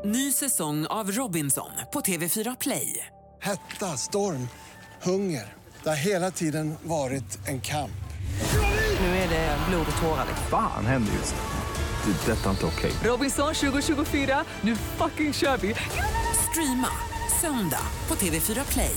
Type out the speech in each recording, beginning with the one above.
Ny säsong av Robinson på TV4 Play. Hetta, storm, hunger. Det har hela tiden varit en kamp. Nu är det blod och tårar. Fan händer just nu. Det. Detta är inte okej. Robinson 2024, nu fucking kör vi. Streama söndag på TV4 Play.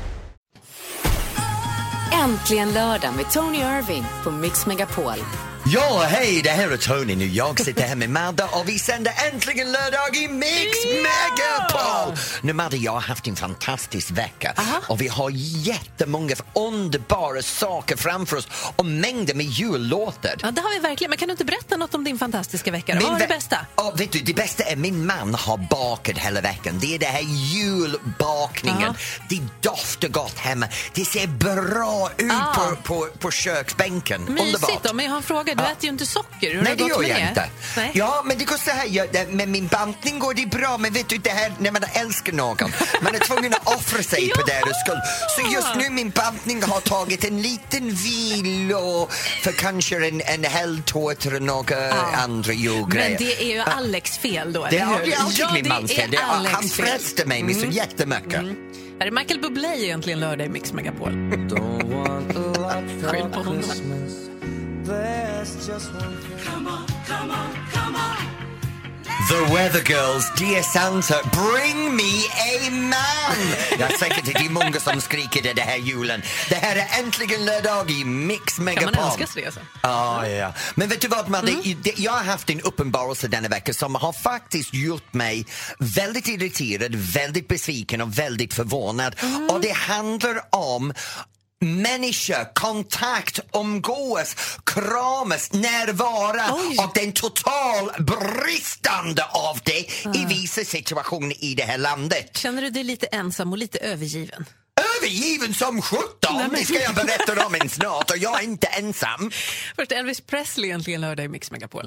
Äntligen lördag med Tony Irving på Mix Megapol. Ja, hej, det här är Tony nu. Jag sitter här med Madde och vi sänder äntligen lördag i Mix Megapol. Nu Madde, jag har haft en fantastisk vecka. Och vi har jättemånga underbara saker framför oss och mängder med jullåtar. Ja, det har vi verkligen. Men kan du inte berätta något om din fantastiska vecka? Vad var det bästa? Ja, vet du, det bästa är min man har bakat hela veckan. Det är det här julbakningen. Det doftar gott hemma. Det ser bra ut på köksbänken. Mysigt då, men jag har en fråga. Du äter ju inte socker. Hur Nej, det gör jag inte. Nej. Ja, men det går så här. Med min bantning går det bra. Men vet du, det här när man älskar någon. Man är tvungen att offra sig på deras skull. Så just nu min bantning har tagit en liten vilo för kanske en helgtårta och några andra julgrejer. Men det är ju Alex fel då, det eller hur? Det är alltid min mans fel. Han fräste mig med så jättemycket. Här är Michael Bublé egentligen lördag i Mix Megapol. Skyll på honom. The Weather Girls, Dear Santa, bring me a man. Jag är säkert att det är många som skriker det här julen. Det här är äntligen lördag i Mix Megapol. Kan man önska sig det alltså? Ja. Men vet du vad, Madde? Jag har haft en uppenbarelse denna vecka som har faktiskt gjort mig väldigt irriterad, väldigt besviken och väldigt förvånad. Och det handlar om människa, kontakt, umgås, kramas, närvara och den total bristande av det i vissa situationer i det här landet. Känner du dig lite ensam och lite övergiven? Övergiven som 17, det ska jag berätta om en snart och jag är inte ensam. Först Elvis Presley egentligen lördag i Mix Megapol.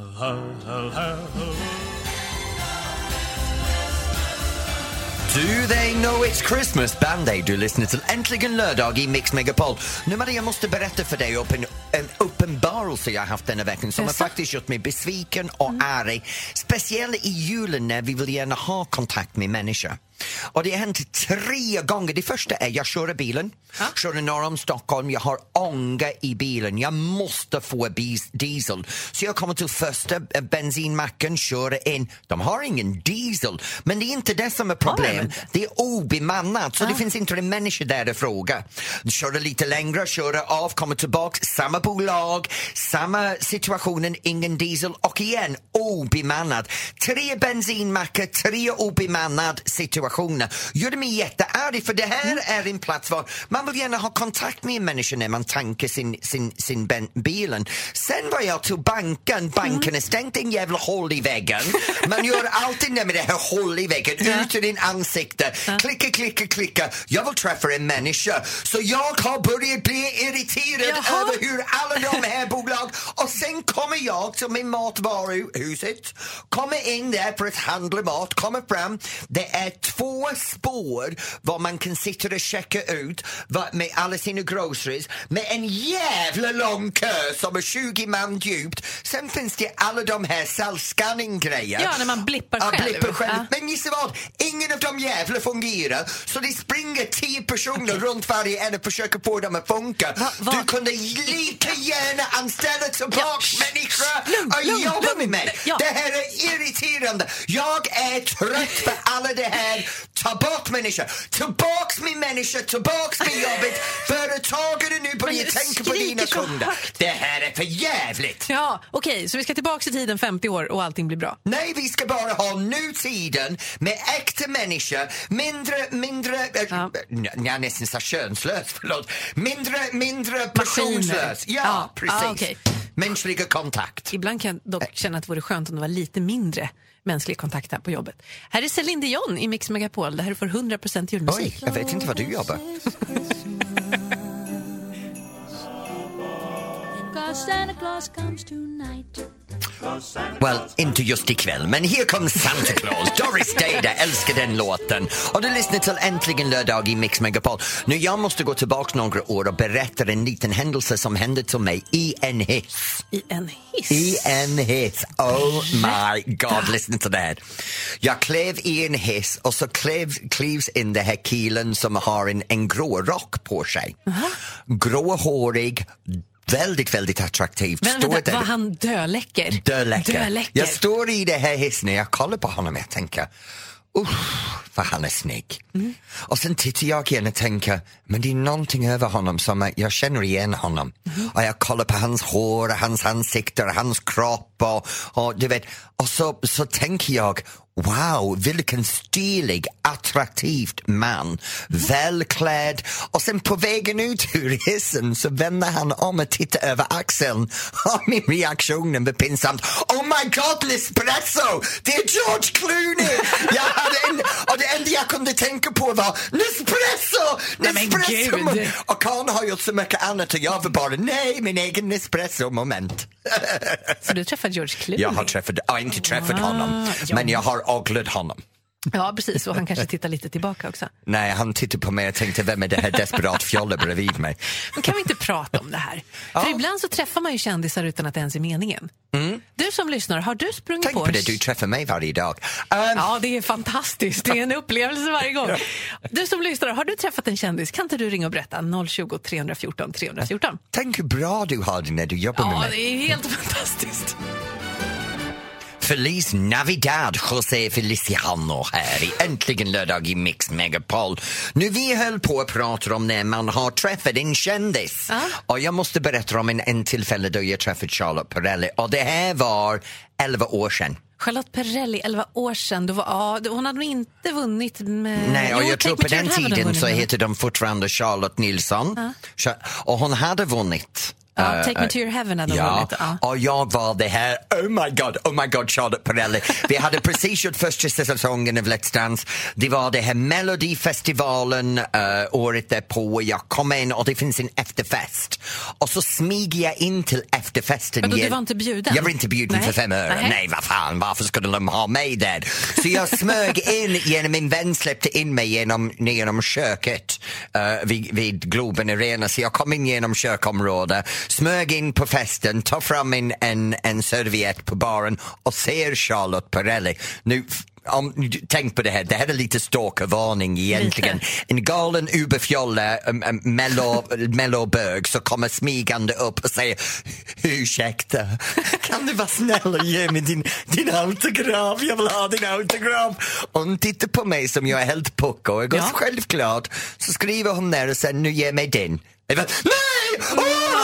Do they know it's Christmas? Band-Aid, du lyssnar till Äntligen lördag i Mix Megapol. Nu Maria, jag måste berätta för dig om en uppenbarelse jag har haft denna veckan som har faktiskt gjort mig besviken och arg. Speciellt i julen när vi vill gärna ha kontakt med människor. Och det har hänt 3 gånger. Det första är jag kör bilen, kör norr om Stockholm, jag har ånga i bilen, jag måste få diesel. Så jag kommer till första bensinmacken, kör in. De har ingen diesel, men det är inte det som är problem. Det är obemannat, så det finns inte en människa där att fråga. Kör lite längre, kör av, kommer tillbaka, samma bolag, samma situationen, ingen diesel och igen obemannat. 3 bensinmackar, 3 obemannad situationer. Gör det mig jättearg, för det här är en plats var man vill gärna ha kontakt med människor när man tankar sin bilen. Sen var jag till banken är stängt, en jävla hål i väggen. Man gör alltid med det här hål i väggen ut i din ansikte. Klicka. Jag vill träffa en människa. Så jag har börjat bli irriterad över hur alla de här bolag, och sen kommer jag till min matvaruhuset, kommer in där för att handla mat, kommer fram, det är 2 spår var man kan sitta och checka ut med alla sina groceries med en jävla lång kö som är 20 man djupt. Sen finns det alla de här self-scanning-grejer. Ja, när man blippar själv. Men gissa vad? Ingen av dem jävla fungerar. Så det springer 10 personer runt varje en och försöker få dem att funka. Du kunde lika gärna anställa tillbaka människor och jobba med mig. Det här är irriterande. Jag är trött på alla det här. Ta bort människor. Tillbaks med människor. Tillbaks med jobbet. Företagen nu börjar tänka på dina kunder. Det här är för jävligt. Ja, okej. Så vi ska tillbaka till tiden 50 år och allting blir bra. Nej, vi ska bara ha nutiden med äkta människor. Mindre jag nästan sa könslös, förlåt. Mindre personslös. Ja, precis. Okay. Mänskliga kontakt. Ibland kan jag dock känna att det vore skönt om det var lite mindre mänsklig kontakt här på jobbet. Här är Celine Dion i Mix Megapol. Det här är för 100% julmusik. Oj, jag vet inte vad du jobbar. Well, inte just ikväll, men här kommer Santa Claus, Doris Stay There, älskar den låten. Och du lyssnar till Äntligen lördag i Mix Megapol. Nu jag måste gå tillbaka några år och berätta en liten händelse som hände till mig i en hiss. I en hiss? I en hiss. Oh my God, listen to that. Jag klev i en hiss och så klivs in det här killen som har en grå rock på sig. Gråhårig, väldigt, väldigt attraktivt. Men vänta, var han döläcker? Döläcker. Jag står i det här hissen och jag kollar på honom och jag tänker, för han är snygg. Och sen tittar jag igen och tänker, men det är någonting över honom som jag känner igen honom. Och jag kollar på hans hår, hans ansikte, hans kropp och du vet, och så tänker jag, wow, vilken stilig, attraktivt man. Välklädd. Och sen på vägen ut ur hissen så vänder han om och tittar över axeln. Och min reaktion var pinsamt. Oh my God, Nespresso! Det är George Clooney! Och det enda jag kunde tänka på var Nespresso! Nespresso! Och han har gjort så mycket annat och jag var bara, nej, min egen Nespresso-moment. Så du träffade George Clooney? Jag har inte träffat honom, men jag har oglat honom. Ja, precis. Och han kanske tittar lite tillbaka också. Nej, han tittar på mig och tänkte, vem är det här desperat fjolle bredvid mig? Men kan vi inte prata om det här? Ja. För ibland så träffar man ju kändisar utan att det ens är meningen. Du som lyssnar, har du sprungit Tänk på det, du träffar mig varje dag. Ja, det är fantastiskt. Det är en upplevelse varje gång. Du som lyssnar, har du träffat en kändis? Kan inte du ringa och berätta? 020 314 314. Tänk hur bra du har det när du jobbar med mig. Ja, det är helt fantastiskt. Feliz Navidad, José Feliciano här i Äntligen lördag i Mix Megapol. Nu vi höll på att prata om när man har träffat en kändis. Och jag måste berätta om en tillfälle då jag träffade Charlotte Perrelli. Och det här var 11 år sedan. Charlotte Perrelli, 11 år sedan. Hon hade nog inte vunnit med... Nej, och jag tror på den tiden så heter de fortfarande Charlotte Nilsson. Och hon hade vunnit. Take Me To Your Heaven hade vunnit. Och jag var det här, oh my god, Charlotte Perrelli. Vi hade precis gjort första säsongen av Let's Dance. Det var det här Melodifestivalen året därpå. Jag kom in och det finns en efterfest. Och så smyger jag in till efterfesten. Men du var inte bjuden? Jag var inte bjuden för 5 öre. Nej, vad fan, varför skulle de ha mig där? Så jag smög in genom min vän, släppte in mig genom köket vid Globen Arena. Så jag kom in genom kökområdet, smög in på festen, tar fram en serviett på baren och ser Charlotte Perrelli. Nu, tänk på det här är lite stalkervarning egentligen. Lite. En galen uberfjolle mellobög så kommer smygande upp och säger, ursäkta, kan du vara snäll och ge mig din autograf? Jag vill ha din autograf. Och hon tittar på mig som jag är helt pucko och jag går självklart så skriver hon där och säger, nu ge mig din. Jag bara, nej!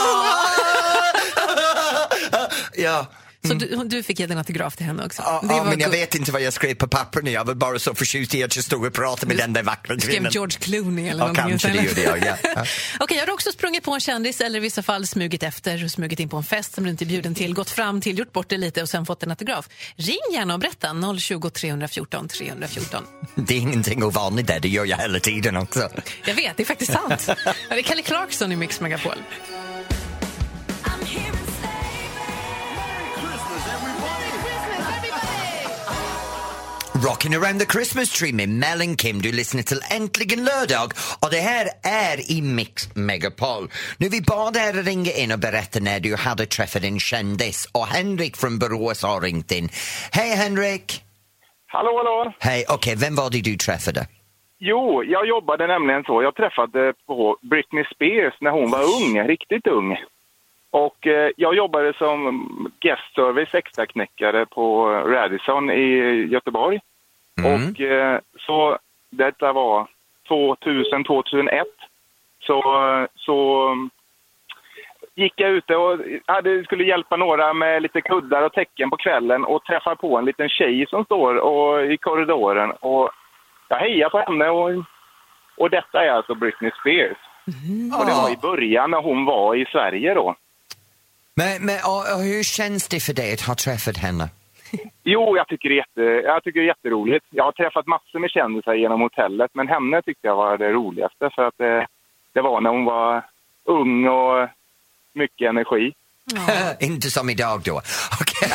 Ja. Så du fick ge den autograf till henne också? Ja, men jag vet inte vad jag skrev på papperna. Jag var bara så förtjust i att jag stod och pratade med den där vackra kvinnan. Skrev George Clooney eller någonting. Kanske det gjorde jag, ja. Okej, har du också sprungit på en kändis eller i vissa fall smugit efter och smugit in på en fest som du inte är bjuden till, gått fram till, gjort bort det lite och sen fått en autograf? Ring gärna och berätta, 020 314 314. Det är ingenting ovanligt där, det gör jag hela tiden också. Jag vet, det är faktiskt sant. Det är Kelly Clarkson i Mix Megapol. Rocking around the Christmas tree med Mel Kim. Du lyssnar till Äntligen lördag och det här är i Mix Megapol. Nu vi bad er ringa in och berätta när du hade träffat en kändis och Henrik från Borås har ringt in. Hej Henrik! Hallå! Hej, okej, vem var det du träffade? Jo, jag jobbade nämligen så. Jag träffade på Britney Spears när hon var ung, riktigt ung. Och jag jobbade som guest service extraknäckare på Radisson i Göteborg. Och så detta var 2000-2001 så gick jag ute och skulle hjälpa några med lite kuddar och täcken på kvällen och träffa på en liten tjej som står i korridoren. Och jag hejar på henne och detta är alltså Britney Spears. Och det var i början när hon var i Sverige då. Men hur känns det för dig att ha träffat henne? Jo, jag tycker det är jätteroligt. Jag har träffat massor med kändisar genom hotellet, men henne tyckte jag var det roligaste för att det var när hon var ung och mycket energi. Inte som idag då. Okay.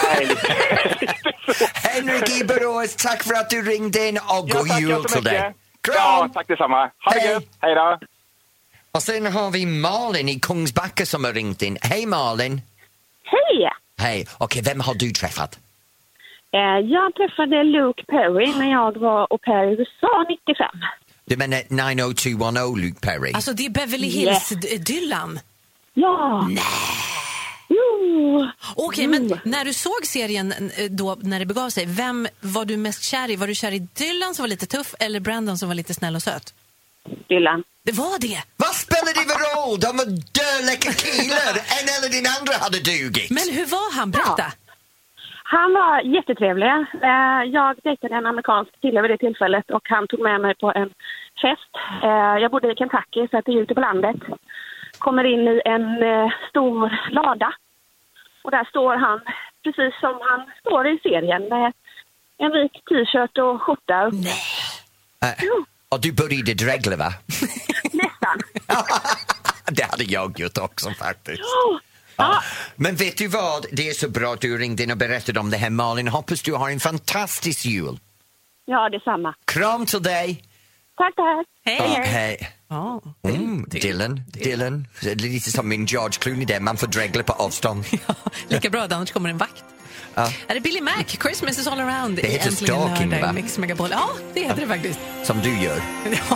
Henrik i Borås, tack för att du ringde in och god jul till dig. Kram! Ja, tack detsamma. Ha det gött. Hej då. Och sen har vi Malin i Kungsbacka som har ringt in. Hej Malin. Hej! Hej. Okej, vem har du träffat? Jag träffade Luke Perry när jag var au pair i USA 95. Du menar 90210 Luke Perry? Alltså det är Beverly Hills Dylan. Ja. Nej. Jo. Okej, men när du såg serien då, när det begav sig, vem var du mest kär i? Var du kär i Dylan som var lite tuff eller Brandon som var lite snäll och söt? Dylan. Det var det. Vad spelar det för roll? De var dödläcka killar. En eller din andra hade dugit. Men hur var han? Berätta. Ja. Han var jättetrevlig. Jag dejtade en amerikansk kille vid det tillfället och han tog med mig på en fest. Jag bodde i Kentucky så att det är ute på landet. Kommer in i en stor lada. Och där står han, precis som han står i serien, med en vit t-shirt och skjorta. Nej. Och du började dregla, va? Nästan. Det hade jag gjort också faktiskt. Ja. Men vet du vad? Det är så bra att du ringde in och berättade om det här, Malin. Hoppas du har en fantastisk jul. Ja, detsamma. Kram till dig. Tack. Hej. Hej. Dylan. Lite som min George Clooney där. Man får dregla på avstånd. Ja, lika bra, annars kommer en vakt. Är det Billy Mac? Christmas is all around. Det heter stalking, va? Mix Megapol. Ja, det heter det faktiskt. Som du gör. Ja.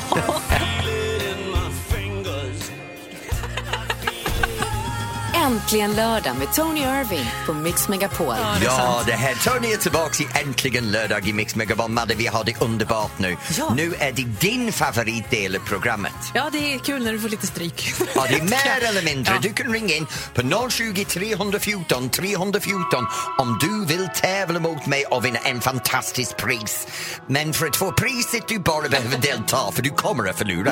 Äntligen lördag med Tony Irving på Mix Megapol. Ja, det här Tony är tillbaka i Äntligen lördag i Mix Megapol. Madde, vi har det underbart nu. Ja. Nu är det din favoritdel av programmet. Ja, det är kul när du får lite stryk. Ja, det är mer eller mindre. Du kan ringa in på 020 314 314 om du vill tävla mot mig och vinna en fantastisk pris. Men för att få priset du bara behöver delta, för du kommer att förlora.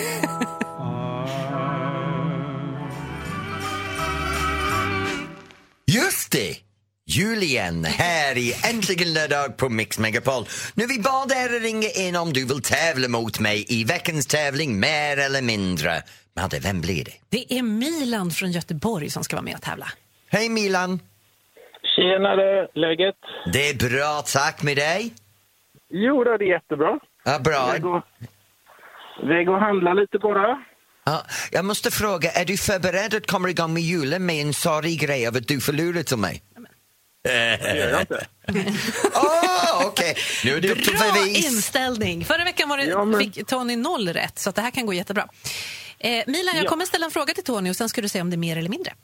Just det! Julien här i Äntligen lördag på Mix Megapol. Nu vi bad er ringa in om du vill tävla mot mig i veckans tävling mer eller mindre. Madde, vem blir det? Det är Milan från Göteborg som ska vara med och tävla. Hej Milan! Tjenare, läget? Det är bra, tack med dig. Jo, det är jättebra. Ja, bra. Vi går och handlar lite bara. Ja, jag måste fråga, är du förberedd att komma igång med julen med en sorg grej av att du förlorar till mig? Det gör jag inte. Okej. Nu är det upp till Bra bevis. Inställning. Förra veckan fick Tony 0 rätt, så att det här kan gå jättebra. Milan, jag kommer ställa en fråga till Tony och sen ska du säga om det är mer eller mindre.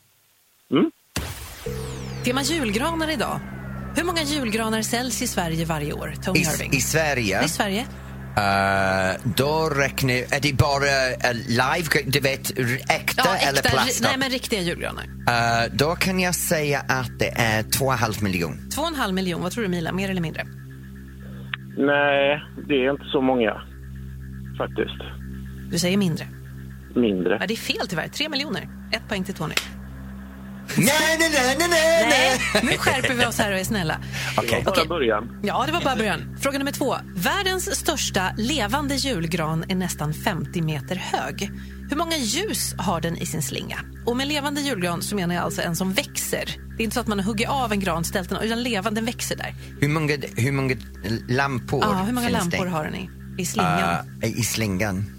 Tema julgranar idag. Hur många julgranar säljs i Sverige varje år, Tony Irving? I Sverige? I Sverige. Då räknar... Är det bara live, du vet, äkta eller plast? Nej, men riktiga julgranar. Då kan jag säga att det är 2,5 miljoner. 2,5 miljoner, vad tror du Milan, mer eller mindre? Nej, det är inte så många. Faktiskt. Du säger mindre. Mindre. Ja, det är fel tyvärr, 3 miljoner. 1 poäng till Tony. Nej. Nu skärper vi oss här och är snälla. Okej. Bara början. Ja, det var bara början. Fråga nummer 2. Världens största levande julgran är nästan 50 meter hög. Hur många ljus har den i sin slinga? Och med levande julgran så menar jag alltså en som växer. Det är inte så att man hugger av en gran, ställt den, utan levande växer där. Hur många lampor? Ja, hur många lampor det? har den i slingan? I slingan.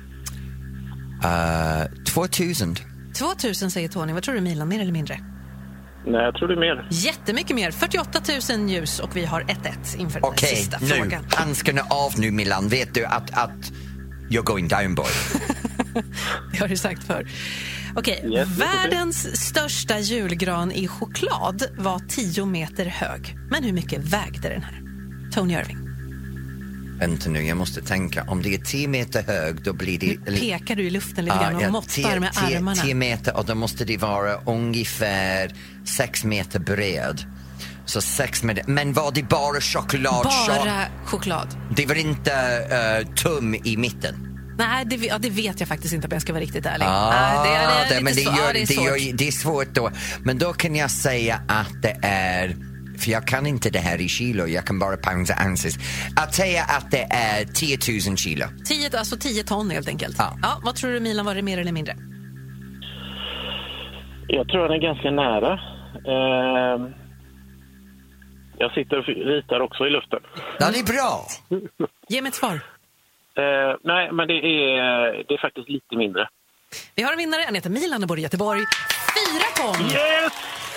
2000. 2000 säger Tony. Vad tror du Milan, mer eller mindre? Nej, jag tror det är mer. Jättemycket mer. 48 000 ljus och vi har 1-1 inför den sista frågan. Okej, handskarna av nu Milan. Vet du att you're going down boy? Det har du sagt för. Okej, Yes, världens största julgran i choklad var 10 meter hög. Men hur mycket vägde den här? Tony Irving. Vänta nu, jag måste tänka. Om det är 10 meter hög, då blir det... Nu pekar du i luften lite grann och måttar med armarna. 10 meter, och då måste det vara ungefär 6 meter bred. Så 6 meter... Men var det bara choklad? Bara choklad. Det var inte tum i mitten? Nej, det vet jag faktiskt inte om jag ska vara riktigt ärlig. Det är svårt då. Men då kan jag säga att det är... För jag kan inte det här i kilo, jag kan bara pounds och ounces. Att säga att det är 10 000 kilo. 10 ton helt enkelt. Ja. Ja, vad tror du Milan, var det mer eller mindre? Jag tror den är ganska nära. Jag sitter och ritar också i luften. Ja, det är bra. Ge mig ett svar. Nej, men det är faktiskt lite mindre. Vi har en vinnare, han heter Milan och bor i Göteborg. 4 ton! Yes!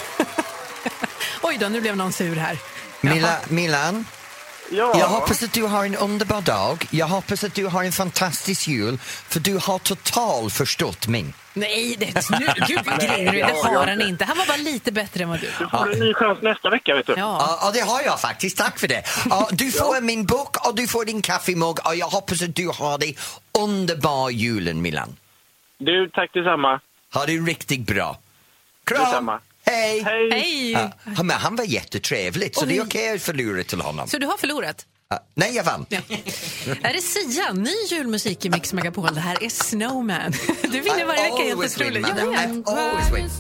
Oj då, nu blev någon sur här. Milan? Ja. Jag hoppas att du har en underbar dag. Jag hoppas att du har en fantastisk jul. För du har totalt förstått mig. Nej, gud vad grejer du. Det har han inte. Han var bara lite bättre än vad du. Du får en ny chans nästa vecka, vet du. Ja, det har jag faktiskt. Tack för det. Du får min bok och du får din kaffemugg. Och jag hoppas att du har det underbar julen, Milan. Du, tack detsamma. Ha det riktigt bra. Kram! Detsamma. Hej! Hej! Men han var jättetrevligt, så det är okej att förlora till honom. Så du har förlorat? Nej, jag vann. Ja. Är det Sia? Ny julmusik i Mix Megapol. Det här är Snowman. Du vinner varje vecka, helt otroligt. I always win.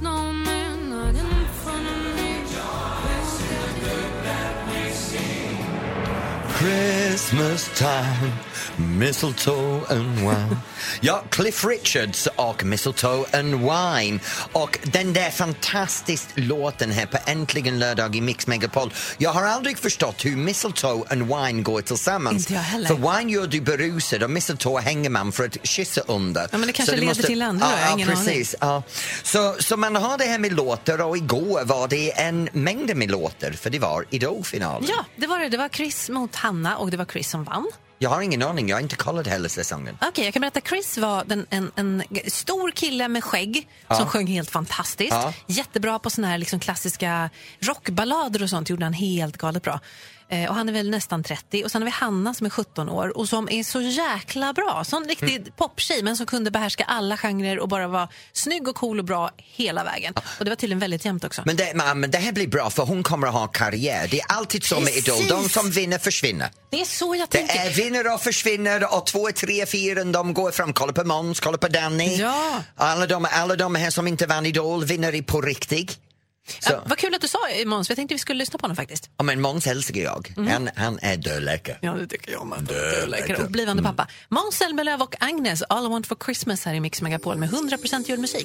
Christmas time, mistletoe and wine. Ja, Cliff Richards och Mistletoe and Wine. Och den där fantastisk låten här på Äntligen lördag i Mix Megapol. Jag har aldrig förstått hur Mistletoe and Wine går tillsammans. Inte jag heller. För wine gör du berusad och mistletoe hänger man för att kyssa under. Ja, men det kanske leder till andra, jag har ingen precis. Ja. Så man har det här med låtar och igår var det en mängd med låtar för det var Idol-finalen. Ja, det var det. Det var Chris mot Hanna och det var Chris som vann. Jag har ingen aning, jag har inte kollat hela säsongen. Okej, jag kan berätta. Chris var en stor kille med skägg som sjöng helt fantastiskt. Jättebra på såna här liksom klassiska rockballader och sånt, gjorde han helt galet bra. Och han är väl nästan 30. Och sen har vi Hanna som är 17 år och som är så jäkla bra. Sån riktig poptjej, men som kunde behärska alla genrer och bara vara snygg och cool och bra hela vägen. Och det var tydligen väldigt jämnt också. Men det här blir bra för hon kommer att ha karriär. Det är alltid så med Idol. De som vinner försvinner. Det är så jag tänker. Det är vinner och försvinner och 2, 3, 4 de går fram. Kolla på Måns, kolla på Danny. Ja. Alla de här som inte vann Idol vinner på riktigt. Ja, vad kul att du sa Måns, jag tänkte vi skulle lyssna på honom faktiskt. Ja, men Måns älskar jag. Han är dödläkare. Ja, det tycker jag om. Dödläkare och blivande pappa. Måns Zelmerlöw och Agnes, All I Want for Christmas här i Mix Megapol med 100% julmusik.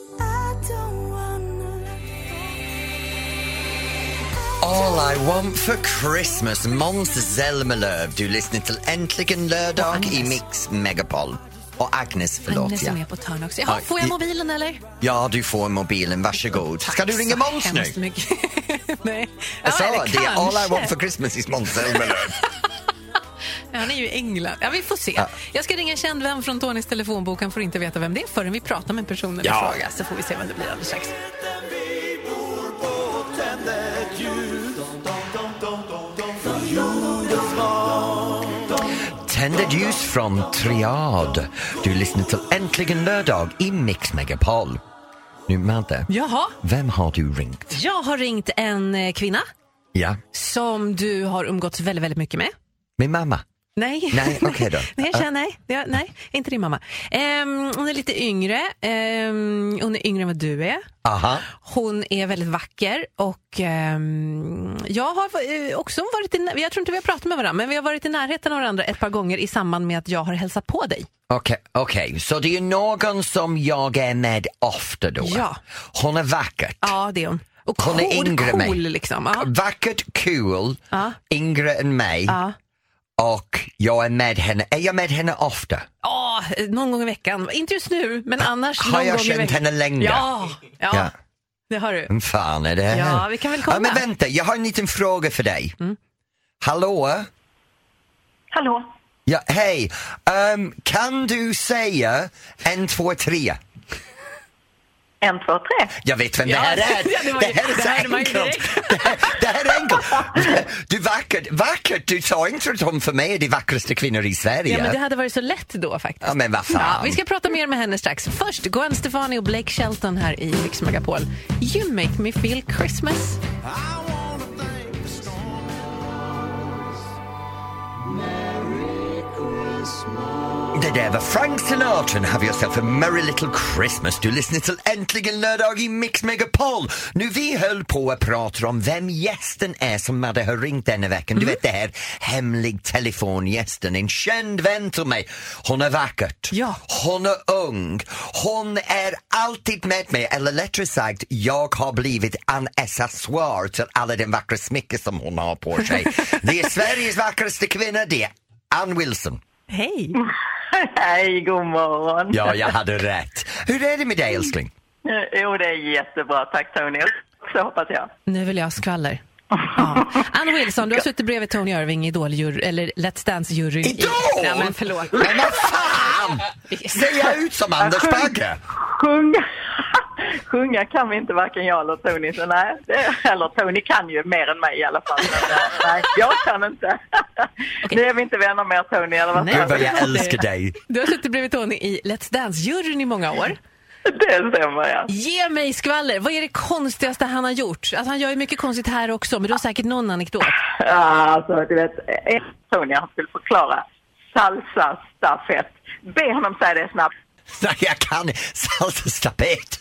All I Want for Christmas, Måns Zelmerlöw. Du lyssnar till Äntligen lördag i Mix Megapol. Och Agnes, förlåt. Agnes är med på törn också. Jaha, får jag mobilen eller? Ja, du får mobilen, varsågod. Ska du ringa Måns nu? Nej. Jag sa, det är All I Want for Christmas is Måns Zelmerlöw. Han är ju i England. Ja, vi får se. Ja. Jag ska ringa en känd vän från Tonys telefonbok. Han får inte veta vem det är förrän vi pratar med personen i fråga. Så får vi se vem det blir alldeles strax. Tänded ljus från Triad. Du lyssnar till Äntligen lördag i Mix Megapol. Nu Madde, Jaha. Vem har du ringt? Jag har ringt en kvinna. Ja. Som du har umgåtts väldigt, väldigt mycket med. Min mamma? Nej, okej då. Nej, inte din mamma. Hon är lite yngre. Hon är yngre än vad du är. Aha. Hon är väldigt vacker och jag har också varit jag tror inte vi har pratat med varandra, men vi har varit i närheten av varandra ett par gånger i samband med att jag har hälsat på dig. Okej. Så det är någon som jag är med ofta då? Ja. Hon är vacker. Ja, det är hon. Och hon är yngre än mig. Liksom. Ja. Vackert, cool, yngre än mig. Ja. Och jag är med henne. Är jag med henne ofta? Ja, någon gång i veckan. Inte just nu, men annars har någon jag gång i veckan. känt henne länge? Ja. Det har du. Fan är det här? Ja, vi kan väl kolla. Ja, men vänta, jag har en liten fråga för dig. Hallå? Ja, hej. Kan du säga 1, 2, 3? 1, 2, 3. Jag vet vem det här är. Det här är så enkelt. Det här är enkelt. Du vackert. Du sa inte att hon för mig är de vackraste kvinnor i Sverige. Ja, men det hade varit så lätt då faktiskt. Ja, men vad fan. Ja, vi ska prata mer med henne strax. Först Gwen Stefani och Blake Shelton här i Mix Megapol. You make me feel Christmas. Merry Christmas. Det där var Frank Sinatra and Have Yourself a Merry Little Christmas. Du lyssnar till Äntligen lördag i Mix Megapol. Nu vi höll på att prata om vem gästen är som hade har ringt denna veckan. Du vet det här hemlig telefongästen. En känd vän till mig. Hon är vackert. Ja. Hon är ung. Hon är alltid med mig. Eller lättare sagt, jag har blivit en accessoar till alla den vackra smycken som hon har på sig. Det är Sveriges vackraste kvinna, det är Ann Wilson. Hej! Hej, god morgon. Ja, jag hade rätt. Hur är det med dig, älskling? Jo, det är jättebra. Tack, Tony. Så hoppas jag. Nu vill jag skvaller. Ja. Ann Wilson, du har suttit bredvid Tony Irving i Idol-jury, eller Let's Dance-jury. Idol? Nej, men förlåt. Men vad fan! Ser jag ut som Anders Bagge? Sjunga kan vi inte, varken jag eller Tony. Så nej, eller Tony kan ju mer än mig i alla fall. Men, nej, jag kan inte. Okay. Nu är vi inte vänner mer, Tony. Eller vad? Nej, jag älskar dig. Du har suttit bredvid Tony i Let's Dance-juryn i många år. Det stämmer, ja. Ge mig skvaller. Vad är det konstigaste han har gjort? Alltså, han gör ju mycket konstigt här också, men du har säkert någon anekdot. Ja, alltså, du vet, Tony, han skulle förklara salsa-stafett. Be honom säga det snabbt. Nej, jag kan salsa-stafett.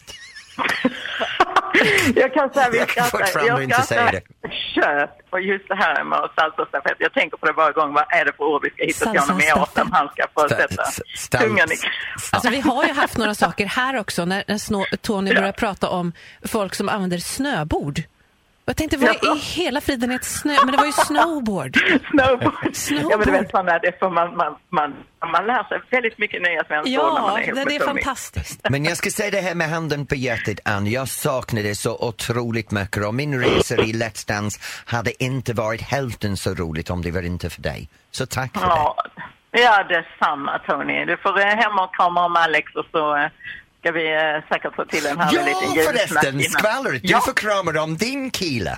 Jag kan säga, jag kan fortfarande inte säga det. Köp, och just det här med salsa-stafett. Jag tänker på det varje gång. Vad är det för ord vi ska hitta till honom i år som han ska få sätta tungan i? Alltså, vi har ju haft några saker här också när Tony börjar prata om folk som använder snöbord. Jag tänkte, vad i hela friden är ett men det var ju snowboard. Snowboard. Ja, men du vet, det får man lär sig väldigt mycket nya svenska ord när man är ihop med det är fantastiskt. Men jag ska säga det här med handen på hjärtat, Ann. Jag saknade det så otroligt mycket. Och min resa i Let's Dance hade inte varit hälften så roligt om det var inte för dig. Så tack för det. Ja, det är samma, Tony. Du får hem och krama om Alex och så ska vi säkert få till en här liten julsnack. Ja, förresten, skvallret. Du får krama om din kille.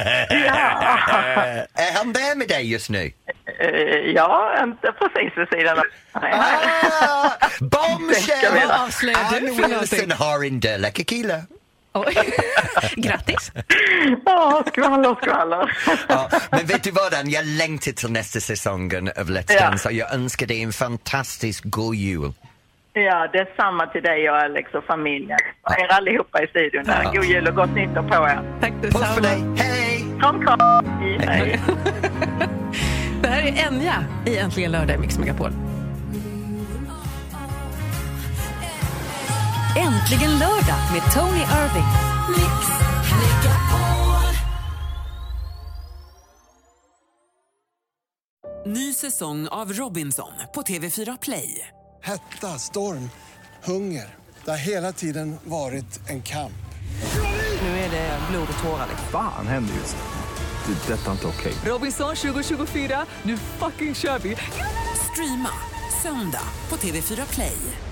Är han där med dig just nu? Ja, inte precis vid sidan av. Bombshell! Ann Wilson har en dödläcker kille. Grattis! Skvaller. Ja, men vet du vad, Ann? Jag längtar till nästa säsongen av Let's Dance och jag önskar dig en fantastisk god jul. Ja, det är samma till dig och Alex och familjen. Och er allihopa i studion där. God jul och gott nytt på er. Tack detsamma. Puss för dig. Hej! Kram. Hej. Det här är Enya i Äntligen lördag i Mix Megapol. Äntligen lördag med Tony Irving. Mix Megapol. Ny säsong av Robinson på TV4 Play. Hetta, storm, hunger. Det har hela tiden varit en kamp. Nu är det blod och tårar. Fan händer just det. Det är detta inte okej. Robinson 2024, nu fucking kör vi. Streama söndag på TV4 Play.